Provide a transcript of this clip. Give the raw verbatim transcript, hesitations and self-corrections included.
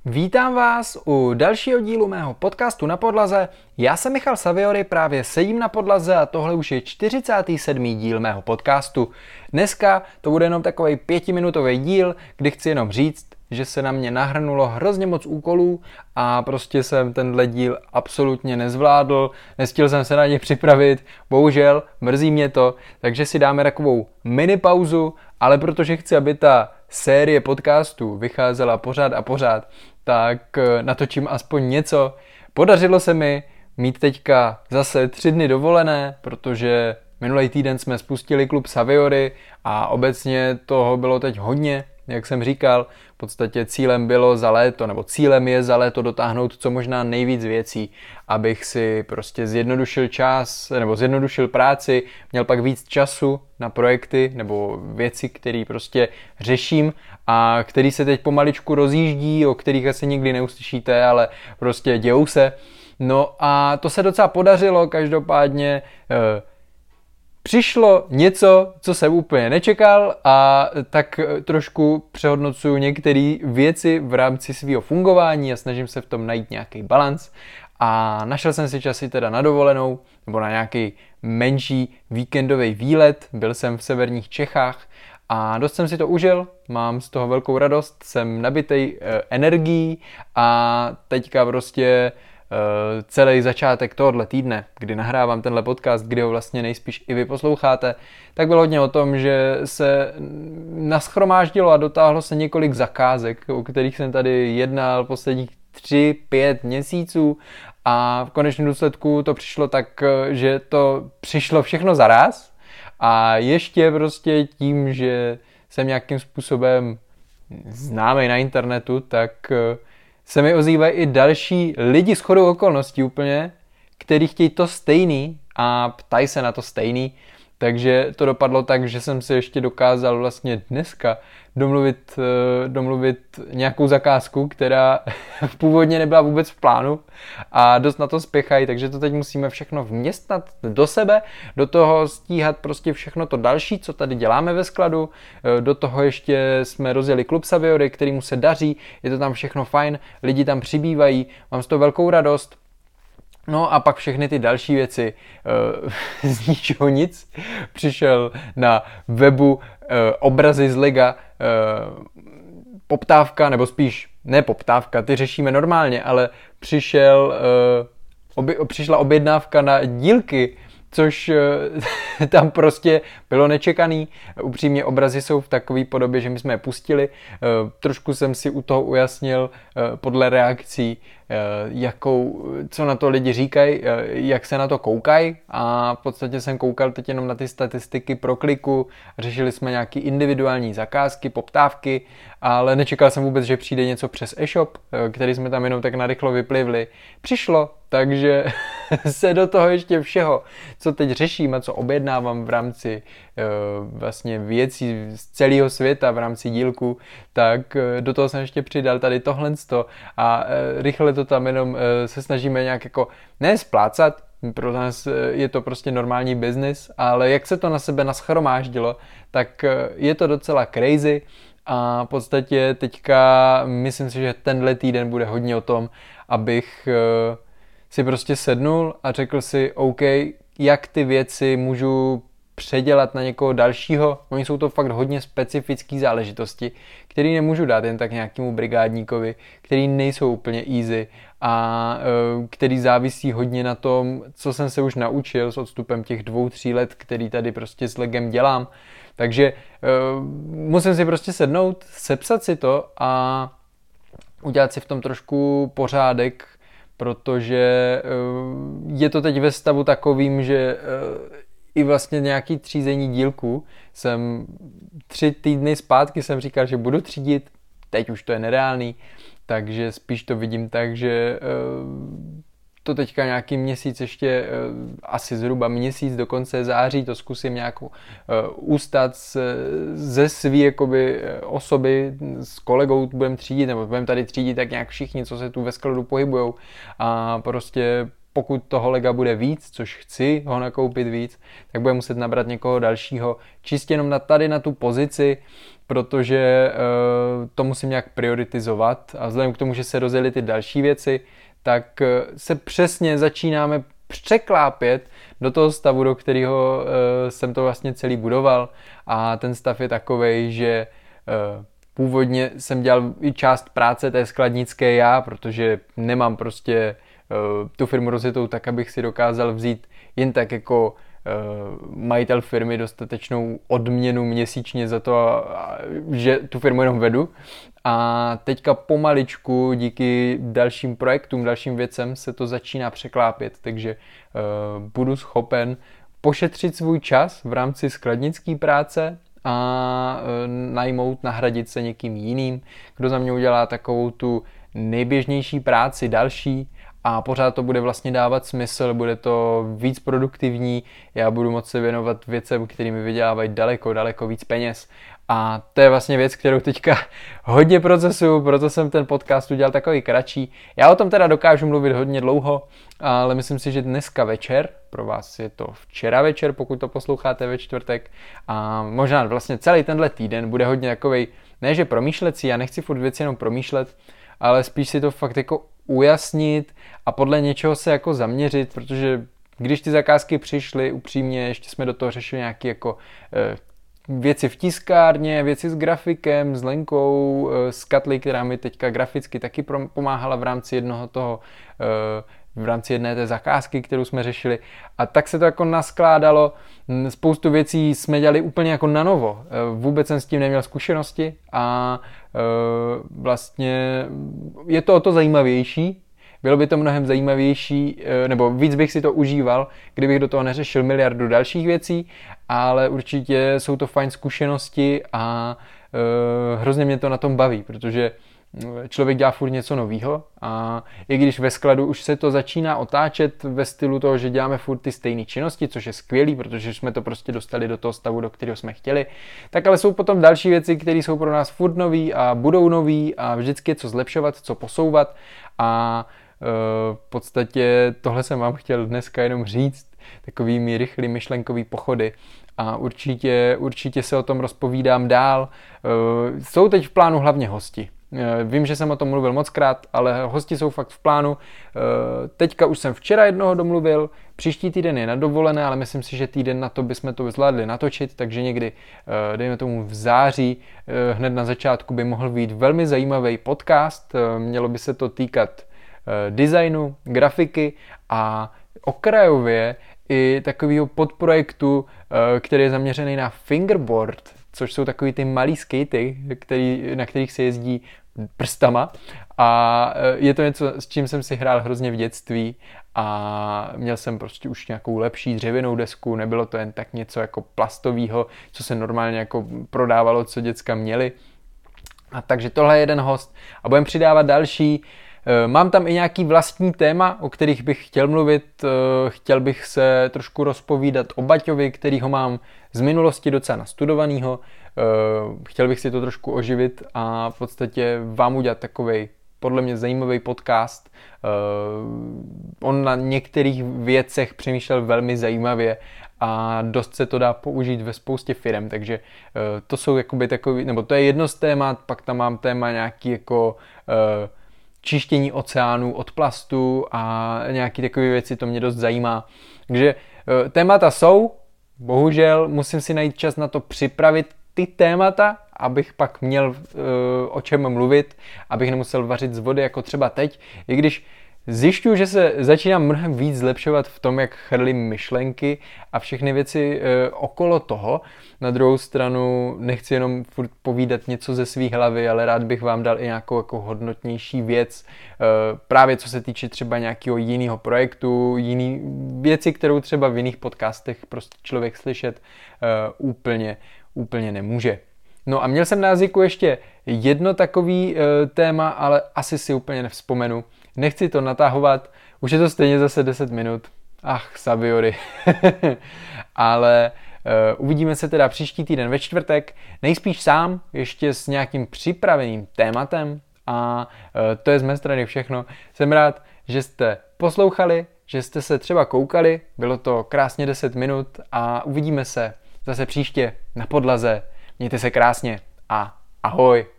Vítám vás u dalšího dílu mého podcastu Na podlaze. Já jsem Michal Saviory, právě sedím na podlaze a tohle už je čtyřicátý sedmý díl mého podcastu. Dneska to bude jenom takový pětiminutový díl, kdy chci jenom říct, že se na mě nahrnulo hrozně moc úkolů a prostě jsem tenhle díl absolutně nezvládl, nestihl jsem se na ně připravit, bohužel, mrzí mě to, takže si dáme takovou mini pauzu, ale protože chci, aby ta série podcastů vycházela pořád a pořád, tak natočím aspoň něco. Podařilo se mi mít teďka zase tři dny dovolené, protože minulý týden jsme spustili klub Saviory a obecně toho bylo teď hodně, jak jsem říkal. V podstatě cílem bylo za léto, nebo cílem je za léto dotáhnout co možná nejvíc věcí, abych si prostě zjednodušil čas, nebo zjednodušil práci, měl pak víc času na projekty, nebo věci, které prostě řeším a který se teď pomaličku rozjíždí, o kterých asi nikdy neuslyšíte, ale prostě dějou se. No a to se docela podařilo, každopádně eh, přišlo něco, co jsem úplně nečekal a tak trošku přehodnocuju některé věci v rámci svého fungování a snažím se v tom najít nějaký balans. A našel jsem si časy teda na dovolenou nebo na nějaký menší víkendový výlet. Byl jsem v severních Čechách a dost jsem si to užil, mám z toho velkou radost, jsem nabitej e, energií a teďka prostě celý začátek tohohle týdne, kdy nahrávám tenhle podcast, kdy ho vlastně nejspíš i vy posloucháte, tak bylo hodně o tom, že se naschromáždilo a dotáhlo se několik zakázek, o kterých jsem tady jednal posledních tři, pět měsíců a v konečném důsledku to přišlo tak, že to přišlo všechno zaraz a ještě prostě tím, že jsem nějakým způsobem známý na internetu, tak se mi ozývají i další lidi s shodou okolností úplně, kteří chtějí to stejný a ptají se na to stejný. Takže to dopadlo tak, že jsem si ještě dokázal vlastně dneska domluvit, domluvit nějakou zakázku, která původně nebyla vůbec v plánu a dost na to spěchají, takže to teď musíme všechno vměstnat do sebe, do toho stíhat prostě všechno to další, co tady děláme ve skladu, do toho ještě jsme rozjeli klub Saviory, kterýmu se daří, je to tam všechno fajn, lidi tam přibývají, mám z toho velkou radost. No a pak všechny ty další věci, z ničeho nic, přišel na webu obrazy z Lega, poptávka, nebo spíš ne poptávka, ty řešíme normálně, ale přišel, obě, přišla objednávka na dílky, což tam prostě bylo nečekaný. Upřímně obrazy jsou v takové podobě, že my jsme je pustili. Trošku jsem si u toho ujasnil podle reakcí, jakou, co na to lidi říkají, jak se na to koukají a v podstatě jsem koukal teď jenom na ty statistiky pro kliku, řešili jsme nějaký individuální zakázky, poptávky, ale nečekal jsem vůbec, že přijde něco přes e-shop, který jsme tam jenom tak narychlo vyplivli. Přišlo, takže se do toho ještě všeho, co teď řeším a co objednávám v rámci vlastně věcí z celého světa v rámci dílku, tak do toho jsem ještě přidal tady tohle a rychle to tam jenom se snažíme nějak jako ne splácat, pro nás je to prostě normální biznis, ale jak se to na sebe naschromáždilo, tak je to docela crazy a v podstatě teďka myslím si, že tenhle týden bude hodně o tom, abych si prostě sednul a řekl si, OK, jak ty věci můžu předělat na někoho dalšího. Oni jsou to fakt hodně specifické záležitosti, které nemůžu dát jen tak nějakému brigádníkovi, který nejsou úplně easy a který závisí hodně na tom, co jsem se už naučil s odstupem těch dvou, tří let, který tady prostě s Legem dělám. Takže uh, musím si prostě sednout, sepsat si to a udělat si v tom trošku pořádek, protože uh, je to teď ve stavu takovým, že uh, i vlastně nějaký třízení dílku jsem tři týdny zpátky jsem říkal, že budu třídit, teď už to je nereálný, takže spíš to vidím tak, že uh, to teďka nějaký měsíc ještě, asi zhruba měsíc do konce září, to zkusím nějakou ústat ze svý jakoby osoby, s kolegou budeme třídit, nebo budeme tady třídit tak nějak všichni, co se tu ve skladu pohybujou a prostě pokud toho lega bude víc, což chci ho nakoupit víc, tak bude muset nabrat někoho dalšího, čistě jenom na tady na tu pozici, protože uh, to musím nějak prioritizovat a vzhledem k tomu, že se rozjeli ty další věci, tak uh, se přesně začínáme překlápět do toho stavu, do kterého uh, jsem to vlastně celý budoval a ten stav je takovej, že uh, původně jsem dělal i část práce té skladnické já, protože nemám prostě uh, tu firmu rozjetou tak, abych si dokázal vzít jen tak jako uh, majitel firmy dostatečnou odměnu měsíčně za to, že tu firmu jenom vedu. A teďka pomaličku díky dalším projektům, dalším věcem se to začíná překlápět, takže uh, budu schopen pošetřit svůj čas v rámci skladnické práce a uh, najmout, nahradit se někým jiným, kdo za mě udělá takovou tu nejběžnější práci další a pořád to bude vlastně dávat smysl, bude to víc produktivní, já budu moct se věnovat věcem, kterými vydělávají daleko, daleko víc peněz. A to je vlastně věc, kterou teďka hodně procesuju, proto jsem ten podcast udělal takový kratší. Já o tom teda dokážu mluvit hodně dlouho, ale myslím si, že dneska večer, pro vás je to včera večer, pokud to posloucháte ve čtvrtek, a možná vlastně celý tenhle týden bude hodně takovej, ne že promýšlecí, já nechci furt věci jenom promýšlet, ale spíš si to fakt jako ujasnit a podle něčeho se jako zaměřit, protože když ty zakázky přišly, upřímně, ještě jsme do toho řešili nějaký jako eh, věci v tiskárně, věci s grafikem, s Lenkou, s Katly, která mi teďka graficky taky pomáhala v rámci jednoho toho, v rámci jedné té zakázky, kterou jsme řešili. A tak se to jako naskládalo. Spoustu věcí jsme dělali úplně jako na novo. Vůbec jsem s tím neměl zkušenosti a vlastně je to o to zajímavější. Bylo by to mnohem zajímavější, nebo víc bych si to užíval, kdybych do toho neřešil miliardu dalších věcí, ale určitě jsou to fajn zkušenosti a e, hrozně mě to na tom baví, protože člověk dělá furt něco novýho a i když ve skladu už se to začíná otáčet ve stylu toho, že děláme furt ty stejné činnosti, což je skvělý, protože jsme to prostě dostali do toho stavu, do kterého jsme chtěli, tak ale jsou potom další věci, které jsou pro nás furt nový a budou nový a vždycky je co zlepšovat, co posouvat a v podstatě tohle jsem vám chtěl dneska jenom říct, takovými rychlý myšlenkový pochody a určitě, určitě se o tom rozpovídám dál. Jsou teď v plánu hlavně hosti. Vím, že jsem o tom mluvil mockrát, ale hosti jsou fakt v plánu. Teďka už jsem včera jednoho domluvil, příští týden je na dovolené, ale myslím si, že týden na to bychom to zvládli natočit, takže někdy, dejme tomu v září, hned na začátku by mohl být velmi zajímavý podcast. Mělo by se to týkat designu, grafiky a okrajově i takového podprojektu, který je zaměřený na fingerboard, což jsou takový ty malý skatey, který, na kterých se jezdí prstama a je to něco, s čím jsem si hrál hrozně v dětství a měl jsem prostě už nějakou lepší dřevěnou desku, nebylo to jen tak něco jako plastového, co se normálně jako prodávalo, co děcka měli. A takže tohle je jeden host a budeme přidávat další. Mám tam i nějaký vlastní téma, o kterých bych chtěl mluvit. Chtěl bych se trošku rozpovídat o Baťovi, kterýho mám z minulosti docela nastudovanýho. Chtěl bych si to trošku oživit a v podstatě vám udělat takovej podle mě zajímavý podcast. On na některých věcech přemýšlel velmi zajímavě a dost se to dá použít ve spoustě firem, takže to jsou jakoby takový, nebo to je jedno z témat, pak tam mám téma nějaký jako čištění oceánů od plastu a nějaké takové věci, to mě dost zajímá. Takže témata jsou, bohužel musím si najít čas na to připravit ty témata, abych pak měl uh, o čem mluvit, abych nemusel vařit z vody jako třeba teď, i když zjišťuju, že se začínám mnohem víc zlepšovat v tom, jak chrlím myšlenky a všechny věci e, okolo toho. Na druhou stranu nechci jenom furt povídat něco ze svých hlavy, ale rád bych vám dal i nějakou jako hodnotnější věc, e, právě co se týče třeba nějakého jiného projektu, jiný věci, kterou třeba v jiných podcastech prostě člověk slyšet e, úplně, úplně nemůže. No a měl jsem na jazyku ještě jedno takový e, téma, ale asi si úplně nevzpomenu. Nechci to natahovat, už je to stejně zase deset minut. Ach, Saviory. Ale uh, uvidíme se teda příští týden ve čtvrtek. Nejspíš sám, ještě s nějakým připraveným tématem. A uh, to je z mé strany všechno. Jsem rád, že jste poslouchali. že jste se třeba koukali, bylo to krásně deset minut a uvidíme se zase příště na podlaze. Mějte se krásně a ahoj.